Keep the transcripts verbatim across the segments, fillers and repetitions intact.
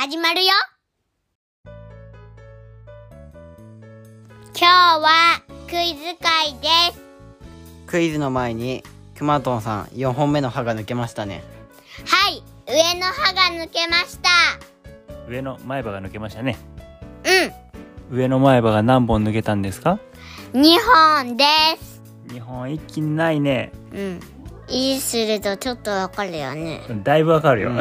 始まるよ。今日はクイズ会です。 クイズの前にくまとんさんよんほんめの歯が抜けましたね。 はい、上の歯が抜けました。 上の前歯が抜けましたね。 う上の前歯が何本抜けたんですか？ ん、にほんです。 にほん一気にないね。 うん、いいするとちょっとわかるよね。 だいぶわかるよ、うん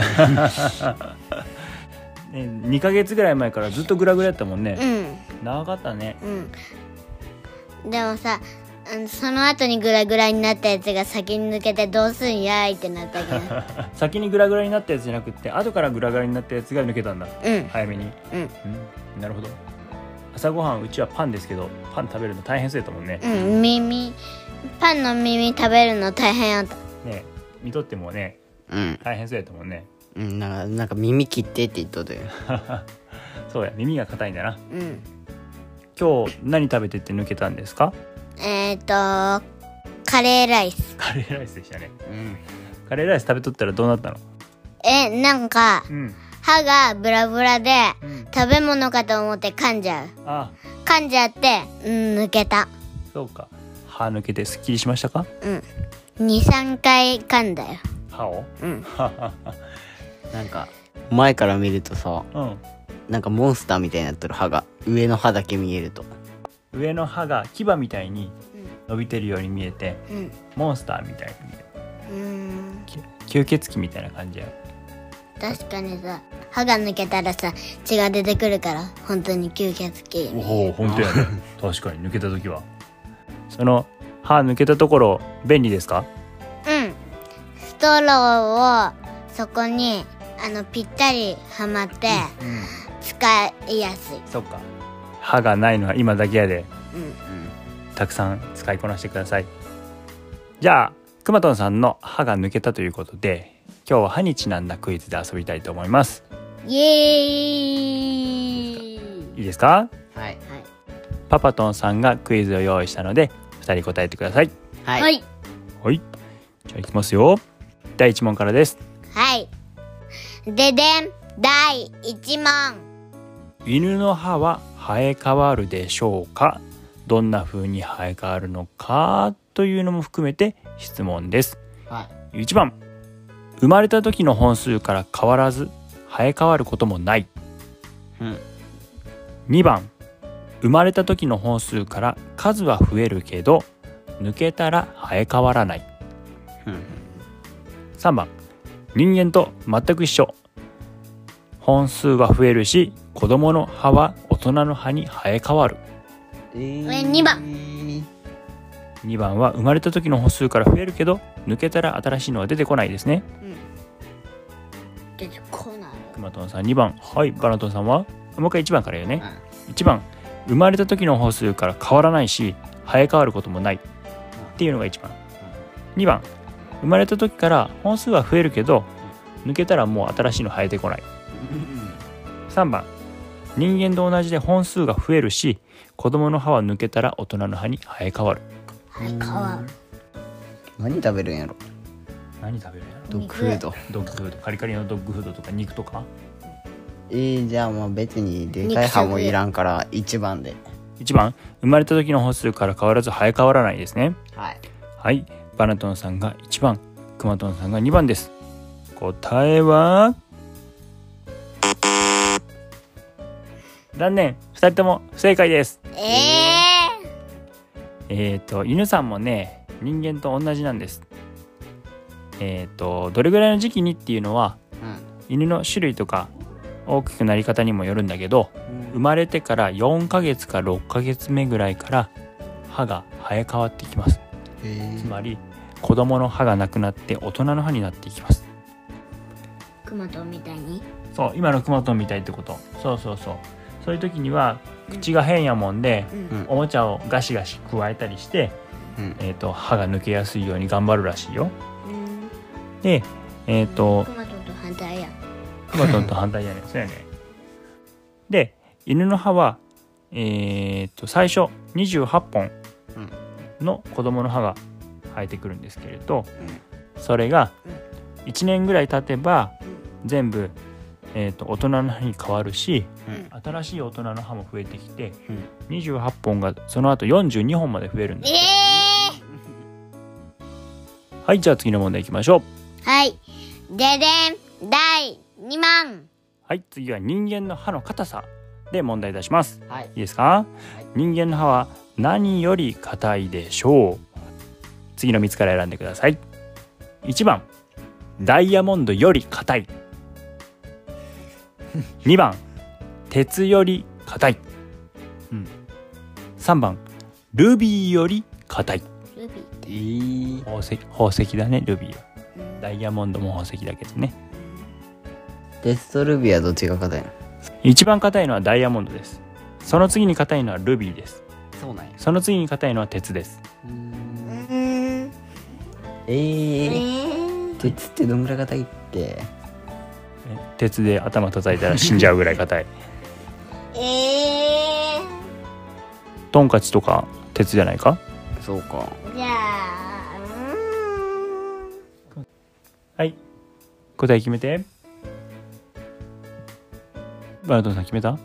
ね、にかげつぐらい前からずっとグラグラやったもんね。 うん、 長かったね。 うん、でもさ、その後にグラグラになったやつが先に抜けてどうすんやいってなったけど先にグラグラになったやつじゃなくって後からグラグラになったやつが抜けたんだ。 うん、 早めに。 うん、 うん、なるほど。朝ごはんうちはパンですけど、パン食べるの大変そうやったもんね。 うん、耳パンの耳食べるの大変やったね。見とってもね、 うん、 大変そうやったもんね。 うん、なんか、なんか耳切ってって言っとったよそうや、耳が硬いんだな。 うん。 今日何食べてって抜けたんですか？ えっとカレーライス。 カレーライスでしたね。 うん、 カレーライス食べとったらどうなったの？ え、なんか、 うん、 歯がブラブラで、 うん、 食べ物かと思って噛んじゃう。 あ、 噛んじゃって、うん、抜けた。 そうか。歯抜けてすっきりしましたか？ うん。に、さんかい噛んだよ。 歯を？ うん。 なんか前から見るとさ、 うん。 なんかモンスターみたいになってる歯が上の歯だけ見えると、 上の歯が牙みたいに伸びてるように見えて、 うん。 モンスターみたいに見える。 うん。 き吸血鬼みたいな感じや。 確かにさ、歯が抜けたらさ、血が出てくるから、本当に吸血鬼。 おお、本当やね。確かに抜けた時は。その歯抜けたところ便利ですか？ うん。ストローをそこにあのぴったりはまって、 うん、 使いやすい。 そっか。歯がないのは今だけやで、 うん、 たくさん使いこなしてください。じゃあくまとんさんの歯が抜けたということで、今日は歯にちなんだクイズで遊びたいと思います。 イエーイ。 いいですか？ はい、 はい、 パパトンさんがクイズを用意したのでふたり答えてください。 はい、 はい、 はい、じゃあいきますよ。だいいち問からです。 はい。ででん、だいいち問。 犬の歯は生え変わるでしょうか？どんな風に生え変わるのかというのも含めて質問です。 はい、 いちばん、生まれた時の本数から変わらず生え変わることもない。 うん、 にばん、生まれた時の本数から数は増えるけど抜けたら生え変わらない。 うん、 さんばん、人間と全く一緒。本数は増えるし子供の歯は大人の歯に生え変わる。 えー、 えにばん。 にばんは生まれた時の本数から増えるけど抜けたら新しいのは出てこないですね。 うん、出てこない。 くまとんさんにばん。はい、バナトンさんはもう一回いちばんからよね。 うん、 いちばん、生まれた時の本数から変わらないし生え変わることもないっていうのがいちばん。にばん、生まれた時から本数は増えるけど抜けたらもう新しいの生えてこない。さんばん、人間と同じで本数が増えるし子供の歯は抜けたら大人の歯に生え変わる。 生え変わる。 何食べるんやろ？ 何食べるんやろ？ ドッグフード。 ドッグフード、カリカリのドッグフードとか肉とか。 えー、じゃあまあ別にでかい歯もいらんからいちばんで。 いちばん、生まれた時の本数から変わらず生え変わらないですね。 はい、 はい、バナトンさんがいちばん、くまとんさんがにばんです。答えは残念、ふたりとも不正解です。 えー、 えーと犬さんもね人間と同じなんです。えーとどれぐらいの時期にっていうのは、 うん、 犬の種類とか大きくなり方にもよるんだけど、生まれてからよんかげつかろっかげつめぐらいから歯が生え変わってきます。つまり子供の歯がなくなって大人の歯になっていきます。 クマトンみたいに。 そう、今のクマトンみたいってこと。そうそうそう。そういう時には口が変やもんで、 うん、 おもちゃをガシガシ加えたりして、うん、えーと歯が抜けやすいように頑張るらしいよ。 うん、 で、えーとクマトンと反対や。 クマトンと反対やね。そうやね。で、犬の歯はえーと最初にじゅうはっぽんの子供の歯が生えてくるんですけれど、それがいちねんぐらい経てば全部えー、と大人の歯に変わるし、 うん新しい大人の歯も増えてきてうんにじゅうはっぽんがその後よんじゅうにほんまで増えるんです。 えはい、じゃあ次の問題いきましょう。 ー、はい。ででん、だいにもん。 はい、次は人間の歯の硬さで問題出します。 はいいいですか？人間の歯は何より硬いでしょう？次のみっつから選んでください。いちばん、ダイヤモンドより硬い。にばん、鉄より硬い。うん、さんばん、ルビーより硬い。 ルビーって。 えー、 宝石、宝石だね、ルビーは。 うんダイヤモンドも宝石だけどね。 鉄とルビーはどっちが硬いの？ 一番硬いのはダイヤモンドです。その次に硬いのはルビーです。 そうなんや。 その次に硬いのは鉄です。 うーんうん。 ええー、 ー、 鉄ってどんぐらい硬いっけ？ え鉄で頭叩いたら死んじゃうぐらい硬い。 えー、 トンカチとか鉄じゃないか？ そうか。 じゃあ、うーん。 はい、答え決めて。バナトンさん決めた？はい、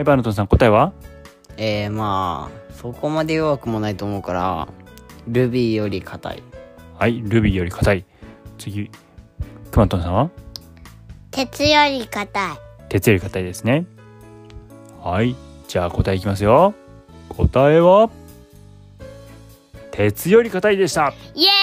バナトンさん答えは？ えー、まあそこまで弱くもないと思うからルビーより硬い。 はい、ルビーより硬い。次、クマトンさんは？ 鉄より硬い。 鉄より硬いですね。はい、じゃあ答えいきますよ。答えは鉄より硬いでした。 イエ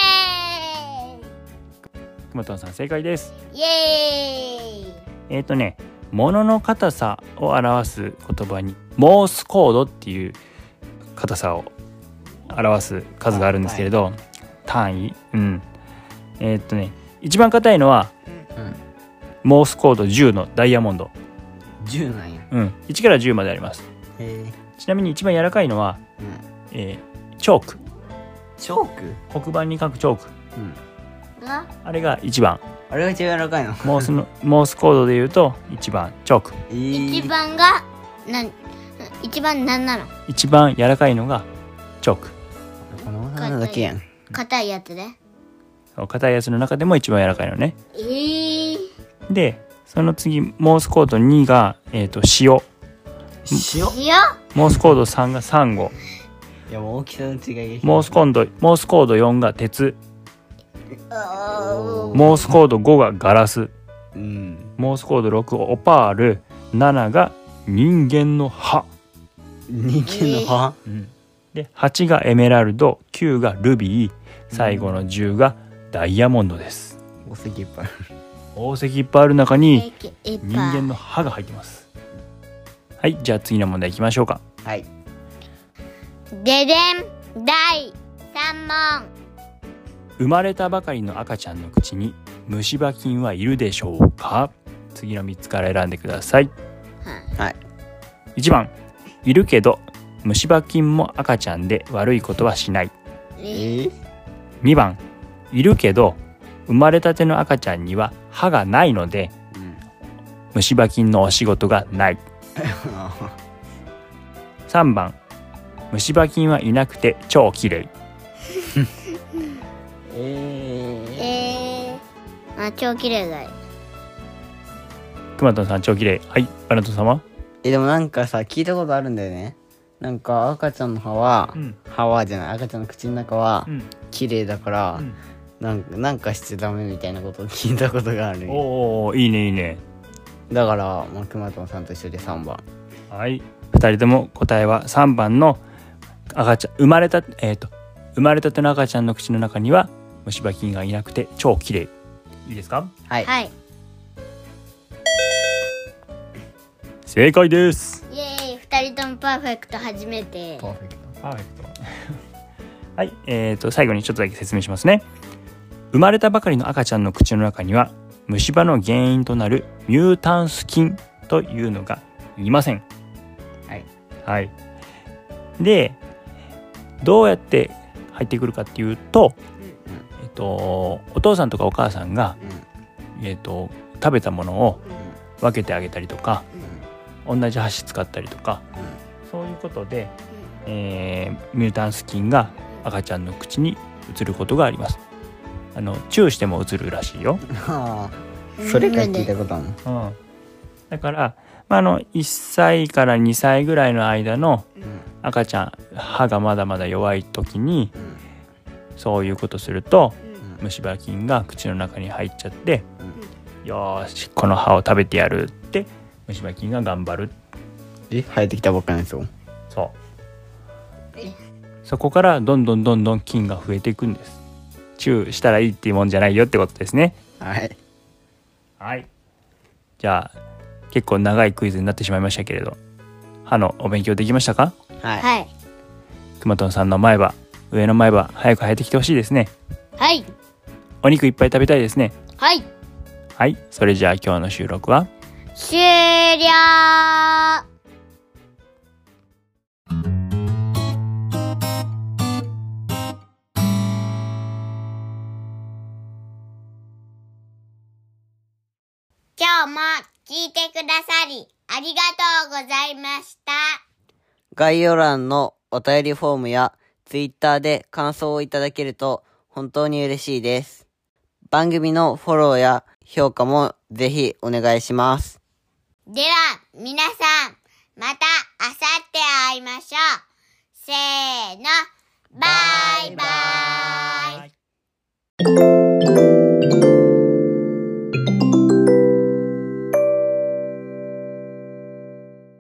クマトンさん正解です。 ーイイエーイ。 えっ、ー、とね、物の硬さを表す言葉にモースコードっていう硬さを表す数があるんですけれど、単位、うん、えっ、ー、とね、一番硬いのはうんモースコードじゅうのダイヤモンド、 じゅうなんや。 うん、いちからじゅうまであります。 へえ。 ちなみに一番柔らかいのは、 うん。 えーチョーク、 チョーク？ 黒板に書くチョーク、 うん。 があれがいちばん。 あれが一番柔らかいの？ モースのモースコードで言うといちばんチョーク、 えー、 一番がなん一番なんなの？ 一番柔らかいのがチョーク。 この花だけやん。 硬いやつで。 硬いやつの中でも一番柔らかいのね。 えー、 でその次モースコードにが、えー、と塩、 塩？ 塩？ モースコードさんがサンゴ、 いやもう大きさの違いが。 モースコードモースコードよんが鉄、 おーモースコードごがガラス、 うん。 モースコードろくオパール、ななが人間の歯、 人間の歯？ ではちがエメラルド、きゅうがルビー、最後のじゅうがダイヤモンドです。 宝石いっぱいある。 宝石いっぱいある中に人人間の歯が入ってます。はい、じゃあ次の問題いきましょうか。 はい。 ででん、だいさんもん。 生まれたばかりの赤ちゃんの口に虫歯菌はいるでしょうか？次のみっつから選んでください。 はい。 いちばん、いるけど虫歯菌も赤ちゃんで悪いことはしない。 えー、 にばん、いるけど生まれたての赤ちゃんには歯がないのでうん。 虫歯菌のお仕事がない。さんばん、虫歯菌はいなくて超きれい。 えー、 えー、あ、超綺麗だよ。 くまとんさん超きれい。はい、バナトンさんは？ えでもなんかさ聞いたことあるんだよね。なんか赤ちゃんの歯は、 うん歯はじゃない赤ちゃんの口の中はうん綺麗だから、 うんなんかなんかしちゃダメみたいなことを聞いたことがある。 おー、いいねいいね。 だからまあくまとんさんと一緒でさんばん。 はい、ふたりとも答えはさんばんの赤ちゃん、生まれたえっ、と生まれたての赤ちゃんの口の中には虫歯菌がいなくて超きれい。いいですか？ はい。 はい。 正解です。 イエーイ、二人ともパーフェクト初めて。 パーフェクト。 パーフェクト。はい、えーと最後にちょっとだけ説明しますね。生まれたばかりの赤ちゃんの口の中には虫歯の原因となるミュータンス菌というのがいません。 はい。 はい。で、どうやって入ってくるかっていうと、えっとお父さんとかお母さんが、えっと食べたものを分けてあげたりとか、同じ箸使ったりとか、そういうことで、えーミュータンス菌が赤ちゃんの口に移ることがあります。あのチューしても移るらしいよ。 はあ。それか聞いたことあるの。 うん、 だから、まあ、あのいっさいからにさいぐらいの間の赤ちゃん歯がまだまだ弱い時にそういうことすると虫歯菌が口の中に入っちゃって、よーしこの歯を食べてやるって虫歯菌が頑張る。 え生えてきたばっかなんですよ。 そうそこからどんどんどんどん菌が増えていくんです。チューしたらいいっていうもんじゃないよってことですね。 はいはい。じゃあ結構長いクイズになってしまいましたけれど、歯のお勉強できましたか？ はい、 はい。 くまとんさんの前歯、上の前歯早く生えてきてほしいですね。 はい。 お肉いっぱい食べたいですね。 はい。 はい、それじゃあ今日の収録は終了。今日も聞いてくださりありがとうございました。 概要欄のお便りフォームやツイッターで感想をいただけると本当に嬉しいです。番組のフォローや評価もぜひお願いします。 では皆さん、また明後日会いましょう。せーの、バイバイ。